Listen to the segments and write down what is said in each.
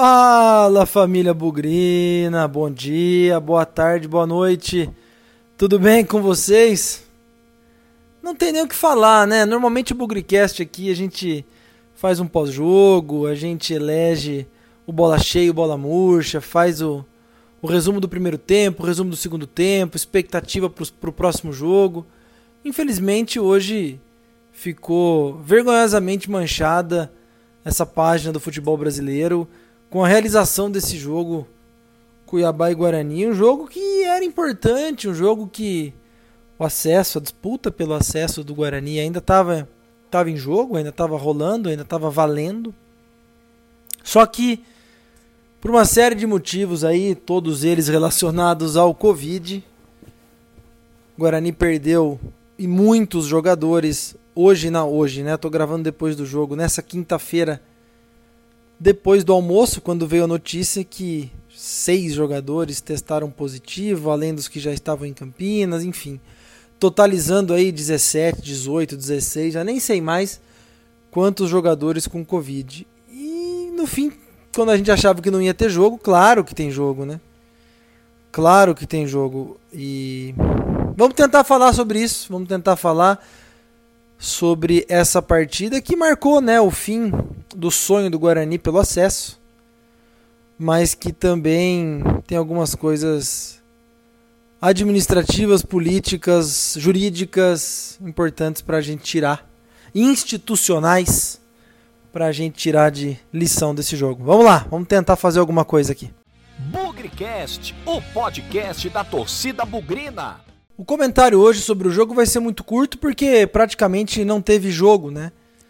Fala, família bugrina, bom dia, boa tarde, boa noite, tudo bem com vocês? Não tem nem o que falar, né? Normalmente o Bugricast aqui a gente faz um pós-jogo, a gente elege o bola cheia, o bola murcha, faz o resumo do primeiro tempo, o resumo do segundo tempo, expectativa para o próximo jogo. Infelizmente hoje ficou vergonhosamente manchada essa página do futebol brasileiro com a realização desse jogo Cuiabá e Guarani, um jogo que era importante, um jogo que o acesso, a disputa pelo acesso do Guarani ainda estava em jogo, ainda estava rolando, ainda estava valendo. Só que por uma série de motivos aí, todos eles relacionados ao Covid, o Guarani perdeu e muitos jogadores hoje, né? Tô gravando depois do jogo, nessa quinta-feira, depois do almoço, quando veio a notícia que 6 jogadores testaram positivo, além dos que já estavam em Campinas, enfim, totalizando aí 17, 18, 16, já nem sei mais quantos jogadores com Covid. E no fim, quando a gente achava que não ia ter jogo, claro que tem jogo, né? Claro que tem jogo. E vamos tentar falar sobre isso, vamos tentar falar sobre essa partida que marcou, né, o fim do sonho do Guarani pelo acesso, mas que também tem algumas coisas administrativas, políticas, jurídicas importantes para a gente tirar, institucionais, para a gente tirar de lição desse jogo. Vamos lá, vamos tentar fazer alguma coisa aqui. Bugricast, o podcast da torcida bugrina. O comentário hoje sobre o jogo vai ser muito curto porque praticamente não teve jogo, né?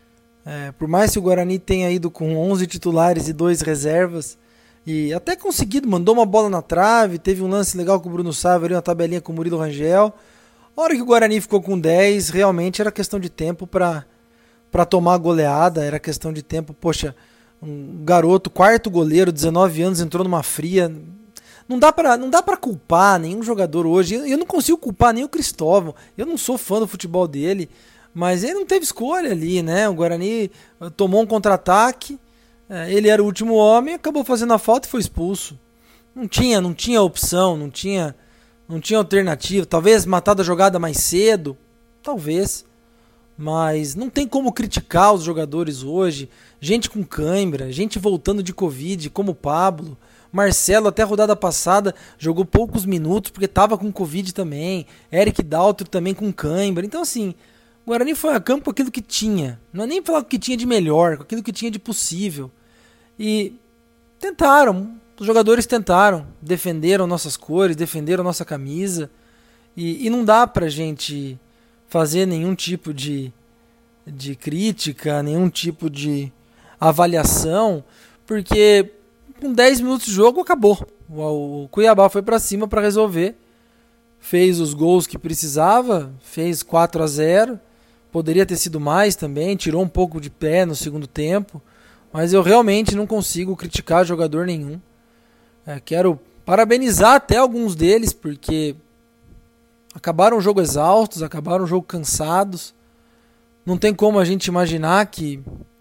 Por mais que o Guarani tenha ido com 11 titulares e 2 reservas e até conseguido, mandou uma bola na trave, teve um lance legal com o Bruno Sávio ali, uma tabelinha com o Murilo Rangel. A hora que o Guarani ficou com 10, realmente era questão de tempo para tomar a goleada, era questão de tempo. Poxa, um garoto, quarto goleiro, 19 anos, entrou numa fria. Não dá pra culpar nenhum jogador hoje. Eu não consigo culpar nem o Cristóvão. Eu não sou fã do futebol dele, mas ele não teve escolha ali, né? O Guarani tomou um contra-ataque, ele era o último homem, acabou fazendo a falta e foi expulso. Não tinha opção, não tinha alternativa. Talvez matar da jogada mais cedo, talvez. Mas não tem como criticar os jogadores hoje. Gente com cãibra, gente voltando de Covid, como o Pablo. Marcelo, até a rodada passada, jogou poucos minutos porque estava com Covid também. Eric Daltro também com cãibra. Então, assim, o Guarani foi a campo com aquilo que tinha. Não é nem falar com o que tinha de melhor, com aquilo que tinha de possível. E tentaram, os jogadores tentaram, defenderam nossas cores, defenderam nossa camisa. E não dá pra gente fazer nenhum tipo de crítica, nenhum tipo de avaliação, porque com 10 minutos de jogo acabou. O Cuiabá foi pra cima para resolver, fez os gols que precisava, fez 4-0, poderia ter sido mais também, tirou um pouco de pé no segundo tempo, mas eu realmente não consigo criticar jogador nenhum. Quero parabenizar até alguns deles, porque acabaram o jogo exaustos, acabaram o jogo cansados. Não tem como a gente imaginar que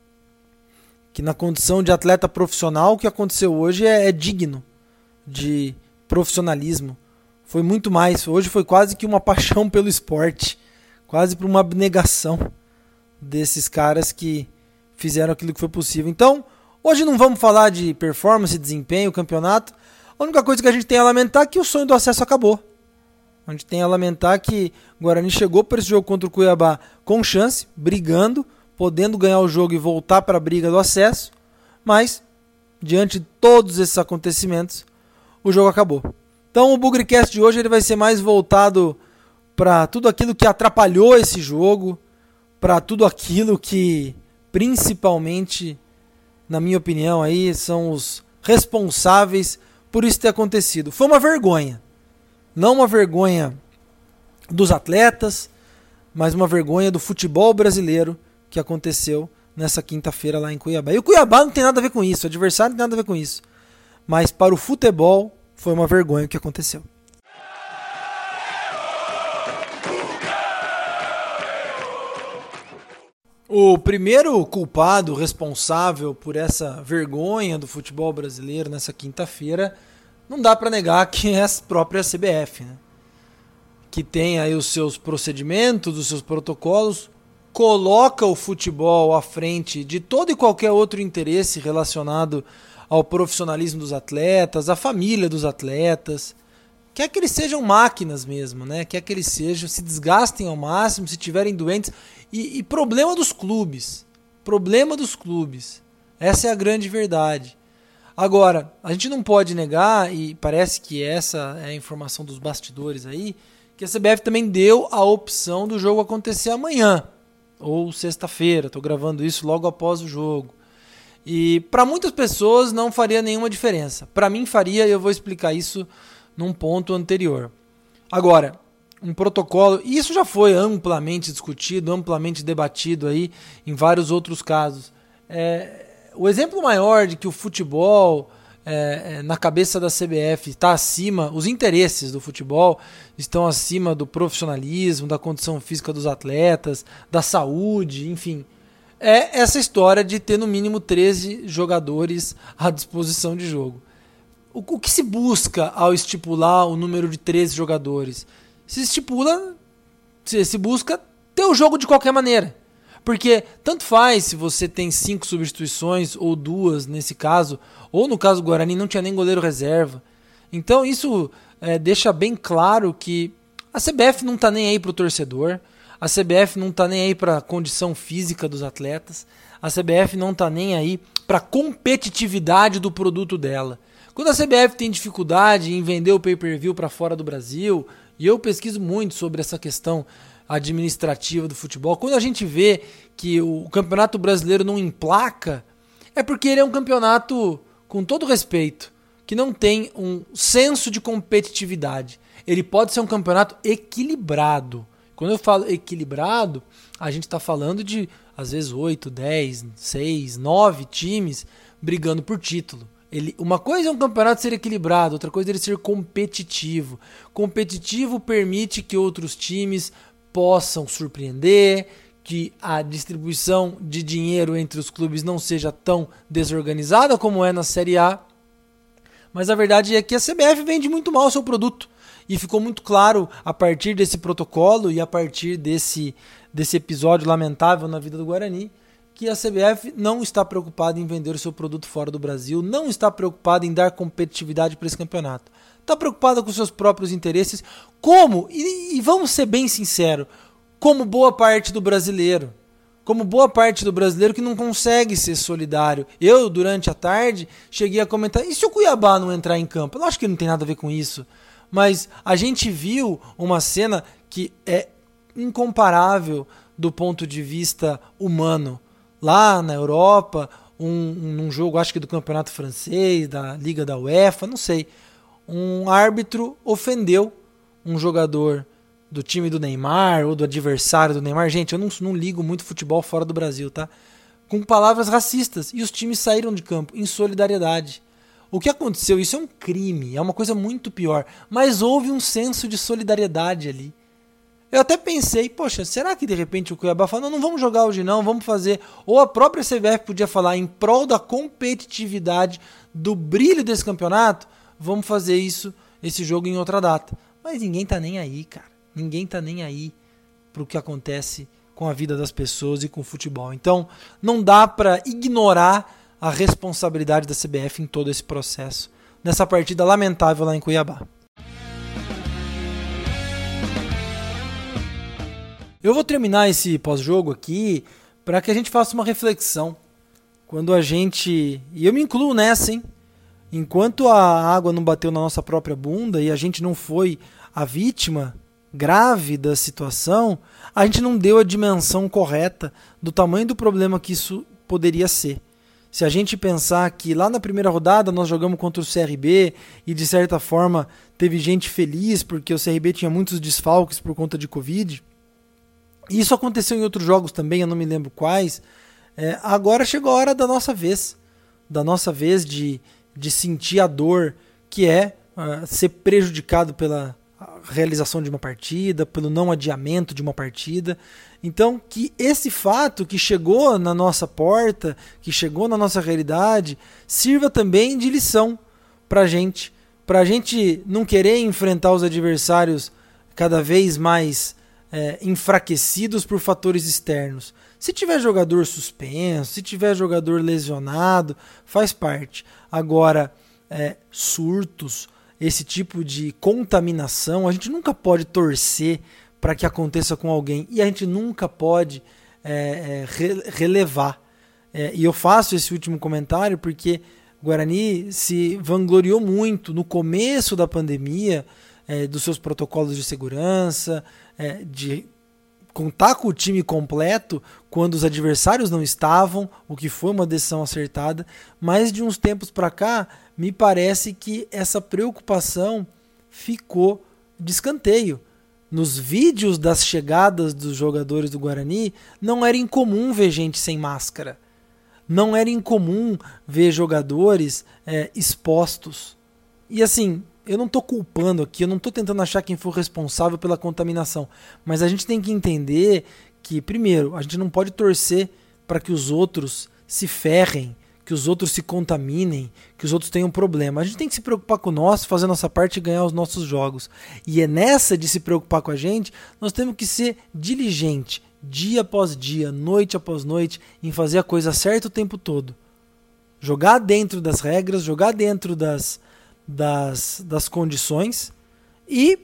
na condição de atleta profissional o que aconteceu hoje é digno de profissionalismo. Foi muito mais. Hoje foi quase que uma paixão pelo esporte, quase por uma abnegação desses caras que fizeram aquilo que foi possível. Então, hoje não vamos falar de performance, desempenho, campeonato. A única coisa que a gente tem a lamentar é que o sonho do acesso acabou. A gente tem a lamentar que o Guarani chegou para esse jogo contra o Cuiabá com chance, brigando, podendo ganhar o jogo e voltar para a briga do acesso, mas, diante de todos esses acontecimentos, o jogo acabou. Então o Bugricast de hoje ele vai ser mais voltado para tudo aquilo que atrapalhou esse jogo, para tudo aquilo que, principalmente, na minha opinião, aí, são os responsáveis por isso ter acontecido. Foi uma vergonha. Não uma vergonha dos atletas, mas uma vergonha do futebol brasileiro que aconteceu nessa quinta-feira lá em Cuiabá. E o Cuiabá não tem nada a ver com isso, o adversário não tem nada a ver com isso. Mas para o futebol foi uma vergonha o que aconteceu. O primeiro culpado responsável por essa vergonha do futebol brasileiro nessa quinta-feira, não dá para negar que é a própria CBF, né? Que tem aí os seus procedimentos, os seus protocolos, coloca o futebol à frente de todo e qualquer outro interesse relacionado ao profissionalismo dos atletas, à família dos atletas. Quer que eles sejam máquinas mesmo, né? Quer que eles se desgastem ao máximo, se tiverem doentes. E problema dos clubes. Problema dos clubes. Essa é a grande verdade. Agora, a gente não pode negar, e parece que essa é a informação dos bastidores aí, que a CBF também deu a opção do jogo acontecer amanhã, ou sexta-feira. Estou gravando isso logo após o jogo. E para muitas pessoas não faria nenhuma diferença. Para mim faria, e eu vou explicar isso num ponto anterior. Agora, um protocolo, e isso já foi amplamente discutido, amplamente debatido aí em vários outros casos. O exemplo maior de que o futebol, na cabeça da CBF, está acima, os interesses do futebol estão acima do profissionalismo, da condição física dos atletas, da saúde, enfim. É essa história de ter no mínimo 13 jogadores à disposição de jogo. O que se busca ao estipular o número de 13 jogadores? Se busca ter o jogo de qualquer maneira. Porque tanto faz se você tem 5 substituições ou 2 nesse caso, ou no caso do Guarani não tinha nem goleiro reserva. Então isso deixa bem claro que a CBF não está nem aí para o torcedor, a CBF não está nem aí para a condição física dos atletas, a CBF não está nem aí para a competitividade do produto dela. Quando a CBF tem dificuldade em vender o pay-per-view para fora do Brasil, e eu pesquiso muito sobre essa questão administrativa do futebol, quando a gente vê que o Campeonato Brasileiro não emplaca, é porque ele é um campeonato, com todo respeito, que não tem um senso de competitividade. Ele pode ser um campeonato equilibrado. Quando eu falo equilibrado, a gente está falando de, às vezes, 8, 10, 6, 9 times brigando por título. Uma coisa é um campeonato ser equilibrado, outra coisa é ele ser competitivo. Competitivo permite que outros times possam surpreender, que a distribuição de dinheiro entre os clubes não seja tão desorganizada como é na Série A. Mas a verdade é que a CBF vende muito mal o seu produto. E ficou muito claro a partir desse protocolo e a partir desse episódio lamentável na vida do Guarani, que a CBF não está preocupada em vender o seu produto fora do Brasil, não está preocupada em dar competitividade para esse campeonato. Está preocupada com seus próprios interesses, como, e vamos ser bem sinceros, como boa parte do brasileiro. Como boa parte do brasileiro que não consegue ser solidário. Eu, durante a tarde, cheguei a comentar, e se o Cuiabá não entrar em campo? Eu acho que não tem nada a ver com isso. Mas a gente viu uma cena que é incomparável do ponto de vista humano. Lá na Europa, num jogo, acho que do campeonato francês, da Liga da UEFA, não sei, um árbitro ofendeu um jogador do time do Neymar ou do adversário do Neymar. Gente, eu não ligo muito futebol fora do Brasil, tá? Com palavras racistas. E os times saíram de campo em solidariedade. O que aconteceu? Isso é um crime, é uma coisa muito pior. Mas houve um senso de solidariedade ali. Eu até pensei, poxa, será que de repente o Cuiabá falou, não vamos jogar hoje não, vamos fazer... Ou a própria CBF podia falar, em prol da competitividade, do brilho desse campeonato, vamos fazer esse jogo em outra data. Mas ninguém tá nem aí, cara. Ninguém tá nem aí pro que acontece com a vida das pessoas e com o futebol. Então, não dá para ignorar a responsabilidade da CBF em todo esse processo, nessa partida lamentável lá em Cuiabá. Eu vou terminar esse pós-jogo aqui para que a gente faça uma reflexão. Quando a gente... E eu me incluo nessa, hein? Enquanto a água não bateu na nossa própria bunda e a gente não foi a vítima grave da situação, a gente não deu a dimensão correta do tamanho do problema que isso poderia ser. Se a gente pensar que lá na primeira rodada nós jogamos contra o CRB e de certa forma teve gente feliz porque o CRB tinha muitos desfalques por conta de Covid... E isso aconteceu em outros jogos também, eu não me lembro quais. Agora chegou a hora da nossa vez de sentir a dor que é ser prejudicado pela realização de uma partida, pelo não adiamento de uma partida. Então, que esse fato que chegou na nossa porta, que chegou na nossa realidade, sirva também de lição para gente não querer enfrentar os adversários cada vez mais enfraquecidos por fatores externos. Se tiver jogador suspenso, se tiver jogador lesionado, faz parte. Agora, surtos, esse tipo de contaminação, a gente nunca pode torcer para que aconteça com alguém e a gente nunca pode relevar. E eu faço esse último comentário porque o Guarani se vangloriou muito no começo da pandemia dos seus protocolos de segurança, de contar com o time completo quando os adversários não estavam, o que foi uma decisão acertada, mas de uns tempos para cá, me parece que essa preocupação ficou de escanteio. Nos vídeos das chegadas dos jogadores do Guarani, não era incomum ver gente sem máscara. Não era incomum ver jogadores expostos. E assim, eu não estou culpando aqui, eu não estou tentando achar quem foi responsável pela contaminação, mas a gente tem que entender que, primeiro, a gente não pode torcer para que os outros se ferrem, que os outros se contaminem, que os outros tenham problema. A gente tem que se preocupar com o nosso, fazer a nossa parte e ganhar os nossos jogos. E é nessa de se preocupar com a gente, nós temos que ser diligente, dia após dia, noite após noite, em fazer a coisa certa o tempo todo. Jogar dentro das regras, jogar dentro das condições e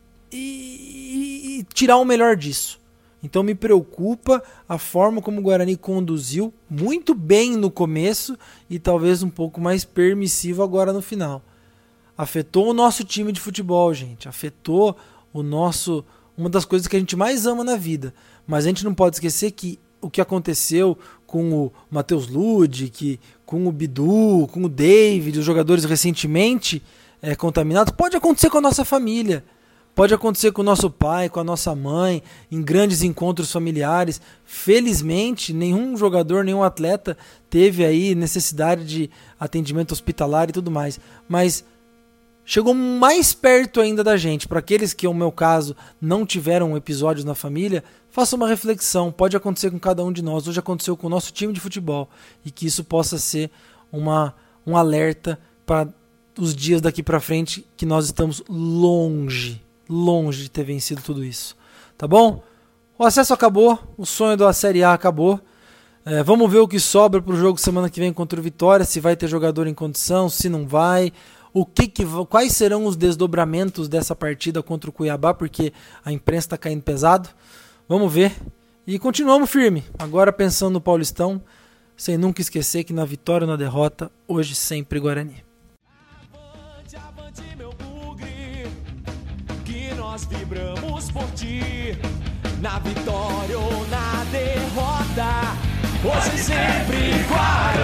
tirar o melhor disso. Então me preocupa a forma como o Guarani conduziu, muito bem no começo e talvez um pouco mais permissivo agora no final. Afetou o nosso time de futebol, gente. Afetou uma das coisas que a gente mais ama na vida. Mas a gente não pode esquecer que o que aconteceu com o Matheus Ludic, com o Bidu, com o David, os jogadores recentemente contaminados, pode acontecer com a nossa família. Pode acontecer com o nosso pai, com a nossa mãe, em grandes encontros familiares. Felizmente, nenhum jogador, nenhum atleta teve aí necessidade de atendimento hospitalar e tudo mais. Mas chegou mais perto ainda da gente. Para aqueles que, no meu caso, não tiveram episódios na família, faça uma reflexão. Pode acontecer com cada um de nós. Hoje aconteceu com o nosso time de futebol. E que isso possa ser um alerta para os dias daqui para frente, que nós estamos longe de ter vencido tudo isso, tá bom? O acesso acabou, o sonho da Série A acabou. Vamos ver o que sobra pro jogo semana que vem contra o Vitória, se vai ter jogador em condição, se não vai, quais serão os desdobramentos dessa partida contra o Cuiabá, porque a imprensa está caindo pesado. Vamos ver e continuamos firme, agora pensando no Paulistão, sem nunca esquecer que na vitória ou na derrota, hoje sempre Guarani. Nós vibramos por ti, na vitória ou na derrota, hoje sempre Guarani.